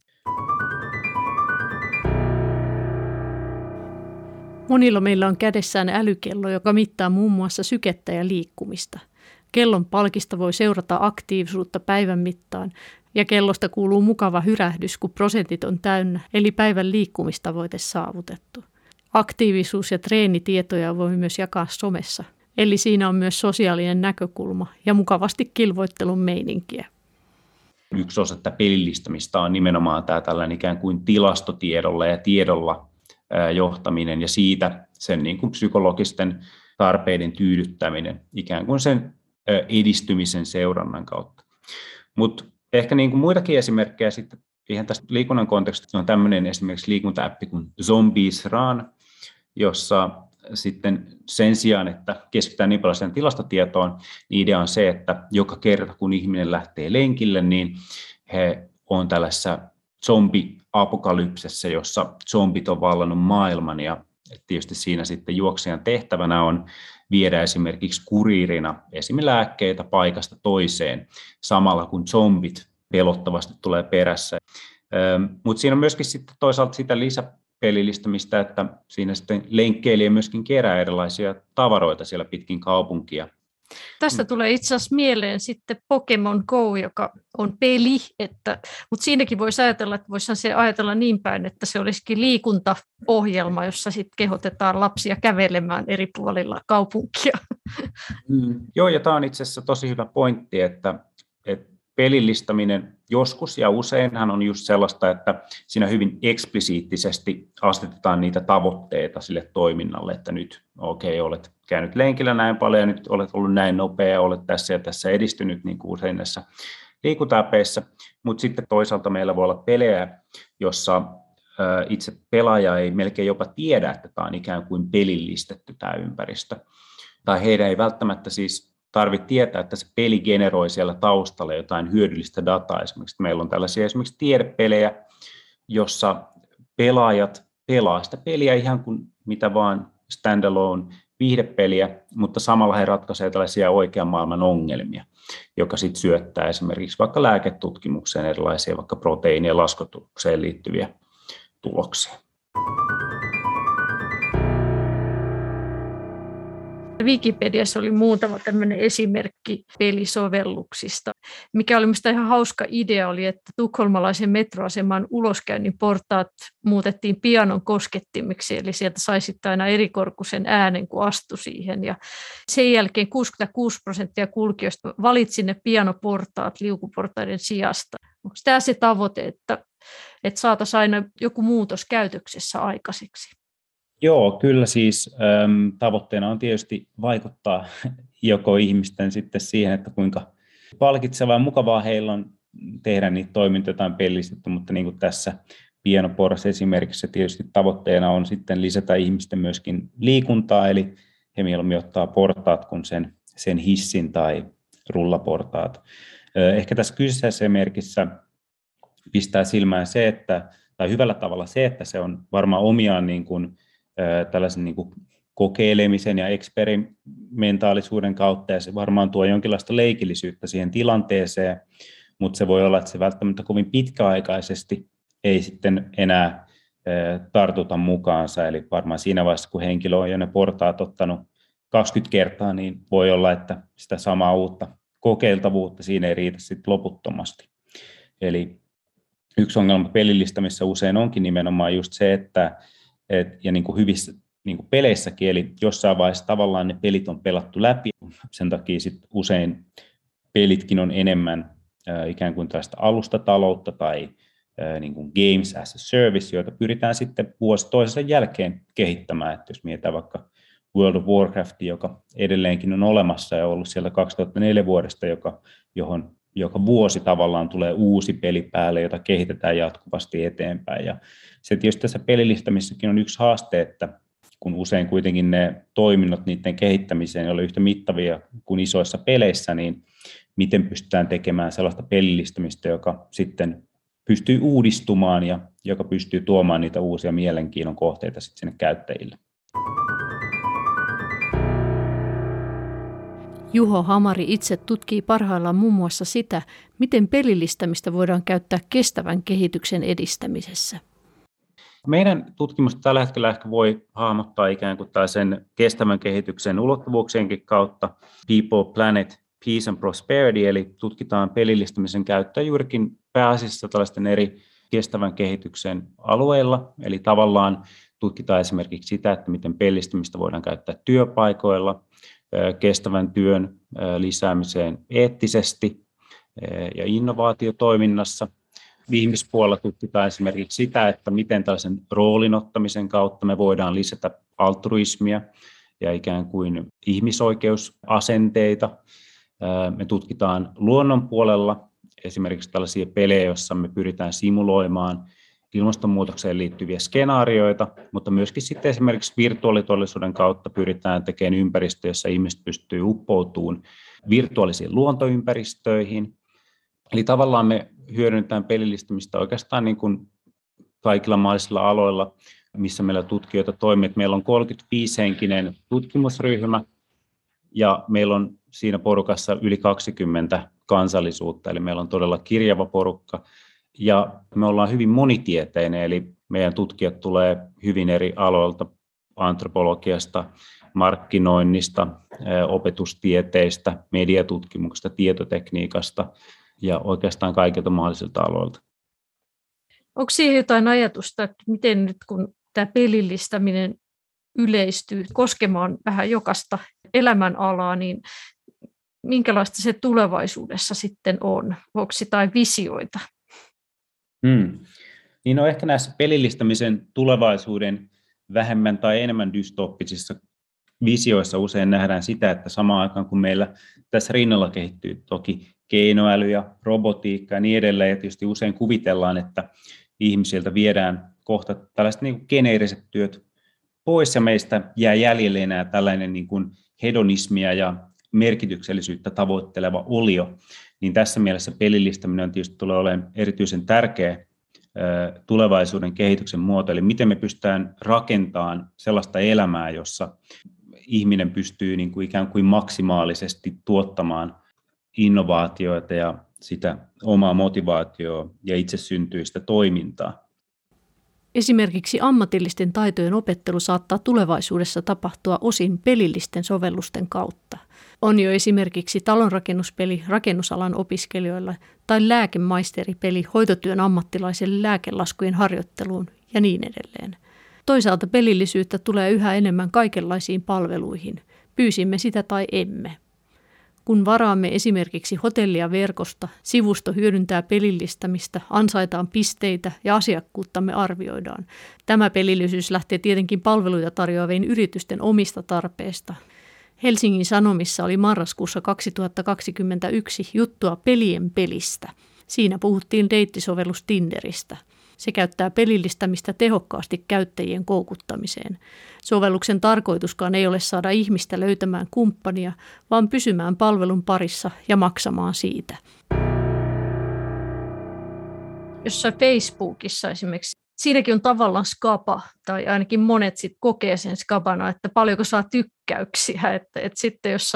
Monilla meillä on kädessään älykello, joka mittaa muun muassa sykettä ja liikkumista. Kellon palkista voi seurata aktiivisuutta päivän mittaan ja kellosta kuuluu mukava hyrähdys, kun prosentit on täynnä, eli päivän liikkumistavoite saavutettu. Aktiivisuus- ja treenitietoja voi myös jakaa somessa, eli siinä on myös sosiaalinen näkökulma ja mukavasti kilvoittelun meininkiä. Yksi osa tätä pelillistämistä on nimenomaan tämä tällainen ikään kuin tilastotiedolla ja tiedolla johtaminen ja siitä sen niin kuin psykologisten tarpeiden tyydyttäminen ikään kuin sen edistymisen seurannan kautta. Mutta ehkä niin kuin muitakin esimerkkejä sitten ihan tästä liikunnan kontekstista on tämmöinen esimerkiksi liikunta-appi kuin Zombies Run, jossa sitten sen sijaan, että keskitytään niin paljon sen tilastotietoon, niin idea on se, että joka kerta kun ihminen lähtee lenkille, niin he on tällaisessa zombi-apokalypsessä, jossa zombit on vallannut maailman ja tietysti siinä sitten juoksijan tehtävänä on viedä esimerkiksi kuriirina esimilääkkeitä paikasta toiseen samalla kun zombit pelottavasti tulee perässä. Mutta siinä on myöskin sitten toisaalta sitä lisäpelillistämistä, että siinä sitten lenkkeilijä myöskin kerää erilaisia tavaroita siellä pitkin kaupunkia. Tästä tulee itse asiassa mieleen sitten Pokemon Go, joka on peli, mutta siinäkin voisi ajatella, että voisihan se ajatella niin päin, että se olisikin liikuntaohjelma, jossa sitten kehotetaan lapsia kävelemään eri puolilla kaupunkia. Joo, ja tämä on itse asiassa tosi hyvä pointti, että pelillistäminen joskus ja useinhan on just sellaista, että siinä hyvin eksplisiittisesti asetetaan niitä tavoitteita sille toiminnalle, että nyt olet käynyt lenkillä näin paljon ja nyt olet ollut näin nopea, olet tässä ja tässä edistynyt niin kuin usein näissä liikunta-apeissa, mutta sitten toisaalta meillä voi olla pelejä, jossa itse pelaaja ei melkein jopa tiedä, että tämä on ikään kuin pelillistetty tämä ympäristö, tai heidän ei välttämättä siis tarvitse tietää, että se peli generoi siellä taustalla jotain hyödyllistä dataa. Esimerkiksi meillä on tällaisia esimerkiksi tiedepelejä, jossa pelaajat pelaa sitä peliä ihan kuin mitä vaan standalone viihdepeliä, mutta samalla he ratkaisevat tällaisia oikean maailman ongelmia, joka sitten syöttää esimerkiksi vaikka lääketutkimukseen erilaisia vaikka proteiinien laskutukseen liittyviä tuloksia. Wikipediassa oli muutama tämmöinen esimerkki pelisovelluksista. Mikä oli minusta ihan hauska idea oli, että tukholmalaisen metroaseman uloskäynnin portaat muutettiin pianon koskettimiksi, eli sieltä sai sitten aina erikorkuisen äänen, kun astui siihen. Ja sen jälkeen 66% kulkijoista valitsi ne pianoportaat liukuportaiden sijasta. Onko tämä se tavoite, että saataisiin aina joku muutos käytöksessä aikaiseksi? Joo, kyllä siis tavoitteena on tietysti vaikuttaa joko ihmisten sitten siihen, että kuinka palkitsevaa ja mukavaa heillä on tehdä niitä toimintoja jotain pelillistetty, mutta niin kuin tässä pianoporrassa esimerkiksi tietysti tavoitteena on sitten lisätä ihmisten myöskin liikuntaa, eli he mieluummin ottaa portaat kuin sen hissin tai rullaportaat. Ehkä tässä kyseisessä esimerkissä pistää silmään se, tai hyvällä tavalla se, että se on varmaan omiaan niin kuin tällaisen niin kuin kokeilemisen ja eksperimentaalisuuden kautta, ja se varmaan tuo jonkinlaista leikillisyyttä siihen tilanteeseen, mutta se voi olla, että se välttämättä kovin pitkäaikaisesti ei sitten enää tartuta mukaansa, eli varmaan siinä vaiheessa, kun henkilö on jo ne portaat ottanut 20 kertaa, niin voi olla, että sitä samaa uutta kokeiltavuutta siinä ei riitä sitten loputtomasti. Eli yksi ongelma pelillistämisessä usein onkin nimenomaan just se, että ja niin kuin hyvissä niin kuin peleissäkin, eli jossain vaiheessa tavallaan ne pelit on pelattu läpi, sen takia sit usein pelitkin on enemmän ikään kuin tällaista alustataloutta tai niin kuin games as a service, joita pyritään sitten vuosi toisensa jälkeen kehittämään, että jos mietitään vaikka World of Warcraft, joka edelleenkin on olemassa ja ollut siellä 2004 vuodesta, joka vuosi tavallaan tulee uusi peli päälle, jota kehitetään jatkuvasti eteenpäin. Ja se tietysti tässä pelillistämissäkin on yksi haaste, että kun usein kuitenkin ne toiminnot niiden kehittämiseen ei ole yhtä mittavia kuin isoissa peleissä, niin miten pystytään tekemään sellaista pelillistämistä, joka sitten pystyy uudistumaan ja joka pystyy tuomaan niitä uusia mielenkiinnon kohteita sitten sinne käyttäjille. Juho Hamari itse tutkii parhaillaan muun muassa sitä, miten pelillistämistä voidaan käyttää kestävän kehityksen edistämisessä. Meidän tutkimusta tällä hetkellä ehkä voi hahmottaa ikään kuin sen kestävän kehityksen ulottuvuuksienkin kautta People, Planet, Peace and Prosperity, eli tutkitaan pelillistämisen käyttöä juurikin pääasiassa tällaisten eri kestävän kehityksen alueilla, eli tavallaan tutkitaan esimerkiksi sitä, että miten pelillistämistä voidaan käyttää työpaikoilla, kestävän työn lisäämiseen eettisesti ja innovaatiotoiminnassa. Ihmispuolella tutkitaan esimerkiksi sitä, että miten tällaisen roolinottamisen kautta me voidaan lisätä altruismia ja ikään kuin ihmisoikeusasenteita. Me tutkitaan luonnon puolella esimerkiksi tällaisia pelejä, joissa me pyritään simuloimaan ilmastonmuutokseen liittyviä skenaarioita, mutta myöskin sitten esimerkiksi virtuaalitodellisuuden kautta pyritään tekemään ympäristö, jossa ihmiset pystyy uppoutumaan virtuaalisiin luontoympäristöihin. Eli tavallaan me hyödynnetään pelillistämistä oikeastaan niin kuin kaikilla mahdollisilla aloilla, missä meillä tutkijoita toimii. Meillä on 35-henkinen tutkimusryhmä ja meillä on siinä porukassa yli 20 kansallisuutta, eli meillä on todella kirjava porukka. Ja me ollaan hyvin monitieteinen, eli meidän tutkijat tulee hyvin eri aloilta, antropologiasta, markkinoinnista, opetustieteistä, mediatutkimuksesta, tietotekniikasta ja oikeastaan kaikilta mahdollisilta aloilta. Onko siihen jotain ajatusta, että miten nyt kun tämä pelillistäminen yleistyy koskemaan vähän jokaista elämänalaa, niin minkälaista se tulevaisuudessa sitten on? Onko jotain visioita? Niin no ehkä näissä pelillistämisen tulevaisuuden vähemmän tai enemmän dystoppisissa visioissa usein nähdään sitä, että samaan aikaan kun meillä tässä rinnalla kehittyy toki keinoäly ja robotiikka ja niin edelleen, ja tietysti usein kuvitellaan, että ihmisiltä viedään kohta tällaiset niin kuin geneeriset työt pois ja meistä jää jäljelle enää tällainen niin kuin hedonismia ja merkityksellisyyttä tavoitteleva olio, niin tässä mielessä pelillistäminen on tietysti tulee olemaan erityisen tärkeä tulevaisuuden kehityksen muoto, eli miten me pystytään rakentamaan sellaista elämää, jossa ihminen pystyy niin kuin ikään kuin maksimaalisesti tuottamaan innovaatioita ja sitä omaa motivaatioa ja itsesyntyistä toimintaa. Esimerkiksi ammatillisten taitojen opettelu saattaa tulevaisuudessa tapahtua osin pelillisten sovellusten kautta. On jo esimerkiksi talonrakennuspeli rakennusalan opiskelijoilla tai lääkemaisteripeli hoitotyön ammattilaiselle lääkelaskujen harjoitteluun ja niin edelleen. Toisaalta pelillisyyttä tulee yhä enemmän kaikenlaisiin palveluihin, pyysimme sitä tai emme. Kun varaamme esimerkiksi hotellia verkosta, sivusto hyödyntää pelillistämistä, ansaitaan pisteitä ja asiakkuuttamme arvioidaan. Tämä pelillisyys lähtee tietenkin palveluita tarjoavien yritysten omista tarpeista. Helsingin Sanomissa oli marraskuussa 2021 juttua pelien pelistä. Siinä puhuttiin deittisovellus Tinderistä. Se käyttää pelillistämistä tehokkaasti käyttäjien koukuttamiseen. Sovelluksen tarkoituskaan ei ole saada ihmistä löytämään kumppania, vaan pysymään palvelun parissa ja maksamaan siitä. Jossain Facebookissa esimerkiksi, siinäkin on tavallaan skaba, tai ainakin monet sit kokee sen skabana, että paljonko saa tykkäyksiä, että sitten jos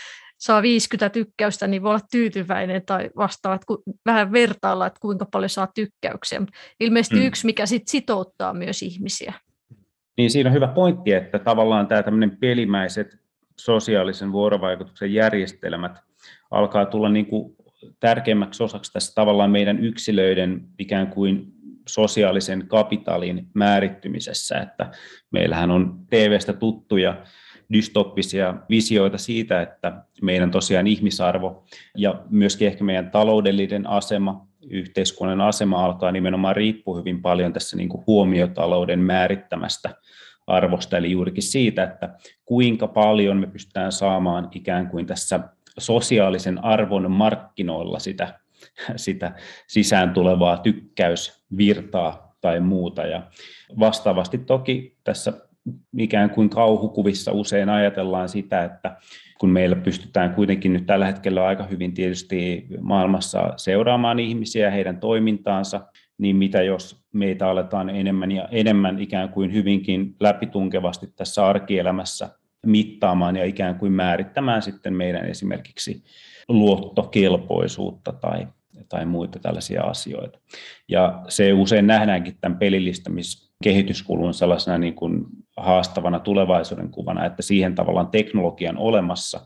saa 50 tykkäystä, niin voi olla tyytyväinen tai vastaavat vähän vertailla, että kuinka paljon saa tykkäyksiä. Ilmeisesti yksi, mikä sitten sitouttaa myös ihmisiä. Niin siinä on hyvä pointti, että tavallaan tämä tämmöinen pelimäiset sosiaalisen vuorovaikutuksen järjestelmät alkaa tulla niin kuin tärkeimmäksi osaksi tässä tavallaan meidän yksilöiden ikään kuin sosiaalisen kapitalin määrittymisessä, että meillähän on TV:stä tuttuja dystoppisia visioita siitä, että meidän tosiaan ihmisarvo ja myöskin ehkä meidän taloudellinen asema, yhteiskunnan asema alkaa nimenomaan riippua hyvin paljon tässä niin kuin huomiotalouden määrittämästä arvosta, eli juurikin siitä, että kuinka paljon me pystytään saamaan ikään kuin tässä sosiaalisen arvon markkinoilla sitä sisään tulevaa tykkäysvirtaa tai muuta. Ja vastaavasti toki tässä ikään kuin kauhukuvissa usein ajatellaan sitä, että kun meillä pystytään kuitenkin nyt tällä hetkellä aika hyvin tietysti maailmassa seuraamaan ihmisiä ja heidän toimintaansa, niin mitä jos meitä aletaan enemmän ja enemmän ikään kuin hyvinkin läpitunkevasti tässä arkielämässä mittaamaan ja ikään kuin määrittämään sitten meidän esimerkiksi luottokelpoisuutta tai muita tällaisia asioita. Ja se usein nähdäänkin tämän pelillistämiskehityskulun sellaisena niin kuin haastavana tulevaisuuden kuvana, että siihen tavallaan teknologian olemassa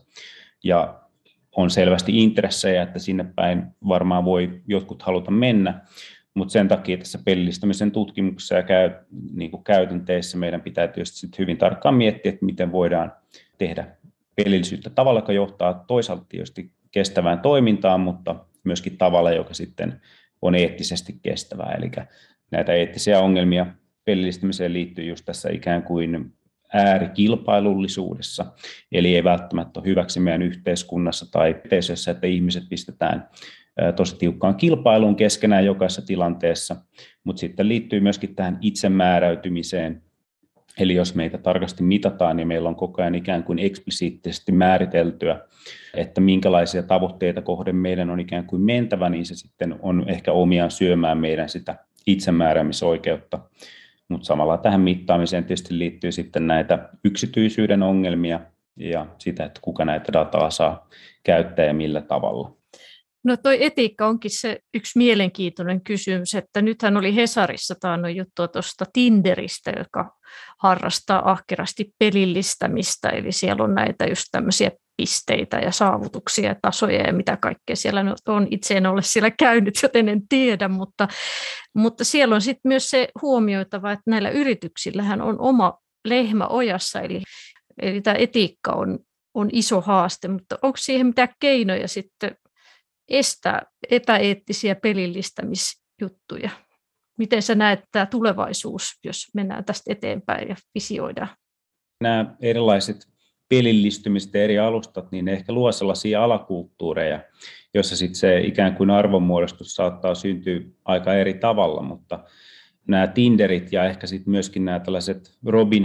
ja on selvästi intressejä, että sinne päin varmaan voi jotkut haluta mennä, mutta sen takia tässä pelillistämisen tutkimuksessa ja niin kuin käytänteissä meidän pitää tietysti sit hyvin tarkkaan miettiä, että miten voidaan tehdä pelillisyyttä tavalla, joka johtaa toisaalta tietysti kestävään toimintaan, mutta myöskin tavalla, joka sitten on eettisesti kestävää. Eli näitä eettisiä ongelmia pelillistämiseen liittyy just tässä ikään kuin äärikilpailullisuudessa, eli ei välttämättä ole hyväksi meidän yhteiskunnassa tai yhteisössä, että ihmiset pistetään tosi tiukkaan kilpailuun keskenään jokaisessa tilanteessa, mutta sitten liittyy myöskin tähän itsemääräytymiseen, eli jos meitä tarkasti mitataan, niin meillä on koko ajan ikään kuin eksplisiittisesti määriteltyä, että minkälaisia tavoitteita kohden meidän on ikään kuin mentävä, niin se sitten on ehkä omiaan syömään meidän sitä itsemääräämisoikeutta. Mutta samalla tähän mittaamiseen tietysti liittyy sitten näitä yksityisyyden ongelmia ja sitä, että kuka näitä dataa saa käyttää ja millä tavalla. No toi etiikka onkin se yksi mielenkiintoinen kysymys, että nythän oli Hesarissa taannoin juttua tuosta Tinderistä, joka harrastaa ahkerasti pelillistämistä, eli siellä on näitä just tämmöisiä pisteitä ja saavutuksia ja tasoja ja mitä kaikkea siellä on. Itse en ole siellä käynyt, joten en tiedä, mutta siellä on sitten myös se huomioitava, että näillä yrityksillähän on oma lehmä ojassa, eli tämä etiikka on iso haaste, mutta onko siihen mitään keinoja sitten estää epäeettisiä pelillistämisjuttuja? Miten sä näet tämä tulevaisuus, jos mennään tästä eteenpäin ja visioidaan? Nämä erilaiset pelillistymiset ja eri alustat, niin ne ehkä luo sellaisia alakulttuureja, joissa sitten se ikään kuin arvonmuodostus saattaa syntyä aika eri tavalla, mutta nämä Tinderit ja ehkä sitten myöskin nämä tällaiset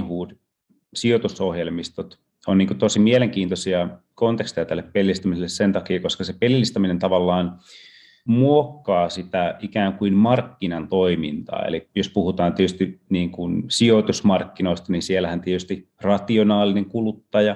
Robinhood-sijoitusohjelmistot on niin kuin tosi mielenkiintoisia konteksteja tälle pelillistämiselle sen takia, koska se pelillistäminen tavallaan muokkaa sitä ikään kuin markkinan toimintaa. Eli jos puhutaan tietysti niin kuin sijoitusmarkkinoista, niin siellähän tietysti rationaalinen kuluttaja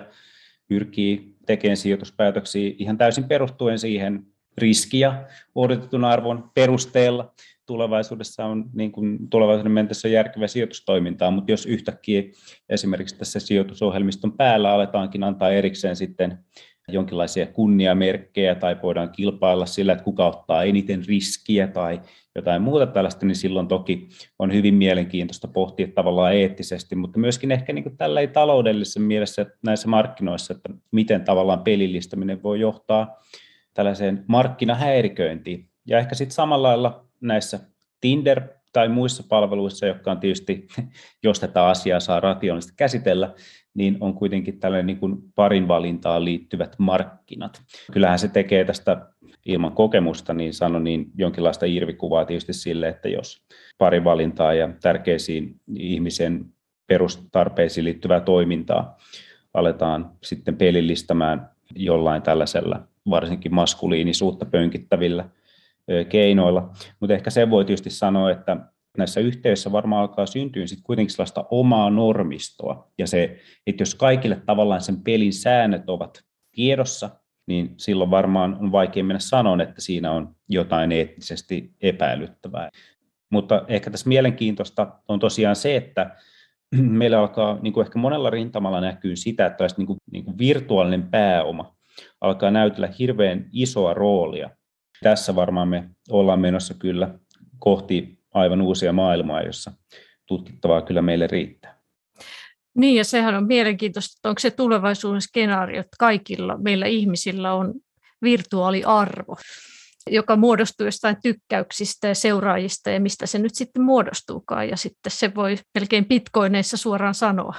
pyrkii tekemään sijoituspäätöksiä ihan täysin perustuen siihen riski- ja odotetun arvon perusteella. Tulevaisuudessa on niin kuin tulevaisuuden mennessä järkevää sijoitustoimintaa, mutta jos yhtäkkiä esimerkiksi tässä sijoitusohjelmiston päällä aletaankin antaa erikseen sitten jonkinlaisia kunniamerkkejä tai voidaan kilpailla sillä, että kuka ottaa eniten riskiä tai jotain muuta tällaista, niin silloin toki on hyvin mielenkiintoista pohtia tavallaan eettisesti, mutta myöskin ehkä niin kuin tällä taloudellisessa mielessä näissä markkinoissa, että miten tavallaan pelillistäminen voi johtaa tällaiseen markkinahäiriköintiin. Ja ehkä sitten samalla lailla näissä Tinder tai muissa palveluissa, jotka on tietysti, jos tätä asiaa saa rationaalisesti käsitellä, niin on kuitenkin tällainen niin kuin parin valintaan liittyvät markkinat. Kyllähän se tekee tästä ilman kokemusta, niin sanon niin jonkinlaista irvikuvaa tietysti sille, että jos parin valintaa ja tärkeisiin ihmisen perustarpeisiin liittyvää toimintaa aletaan sitten pelillistämään jollain tällaisella varsinkin maskuliinisuutta pönkittävillä keinoilla, mutta ehkä se voi tietysti sanoa, että näissä yhteyksissä varmaan alkaa syntyä sitten kuitenkin sellaista omaa normistoa, ja se, että jos kaikille tavallaan sen pelin säännöt ovat tiedossa, niin silloin varmaan on vaikea mennä sanomaan, että siinä on jotain eettisesti epäilyttävää. Mutta ehkä tässä mielenkiintoista on tosiaan se, että meillä alkaa niin kuin ehkä monella rintamalla näkyy sitä, että niin kuin virtuaalinen pääoma alkaa näytellä hirveän isoa roolia. Tässä varmaan me ollaan menossa kyllä kohti aivan uusia maailmaa, jossa tutkittavaa kyllä meille riittää. Niin, ja sehän on mielenkiintoista, että onko se tulevaisuuden skenaario, että kaikilla meillä ihmisillä on virtuaaliarvo, joka muodostuu jostain tykkäyksistä ja seuraajista, ja mistä se nyt sitten muodostuukaan, ja sitten se voi melkein bitcoineissa suoraan sanoa.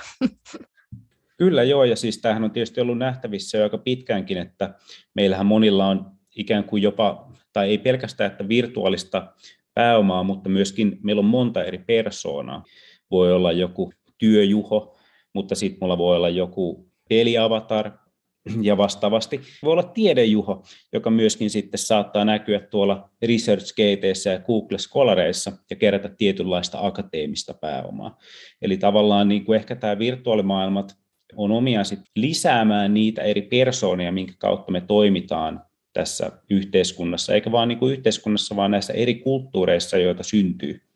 Kyllä joo, ja siis tämähän on tietysti ollut nähtävissä jo aika pitkäänkin, että meillähän monilla on ikään kuin jopa, tai ei pelkästään, että virtuaalista pääomaa, mutta myöskin meillä on monta eri persoonaa. Voi olla joku työjuho, mutta sitten mulla voi olla joku peliavatar ja vastaavasti voi olla tiedejuho, joka myöskin sitten saattaa näkyä tuolla ResearchGateissa ja Google Scholareissa ja kerätä tietynlaista akateemista pääomaa. Eli tavallaan niin kuin ehkä tämä virtuaalimaailmat on omiaan sit lisäämään niitä eri persoonia, minkä kautta me toimitaan tässä yhteiskunnassa, eikä vaan niin kuin yhteiskunnassa, vaan näissä eri kulttuureissa, joita syntyy.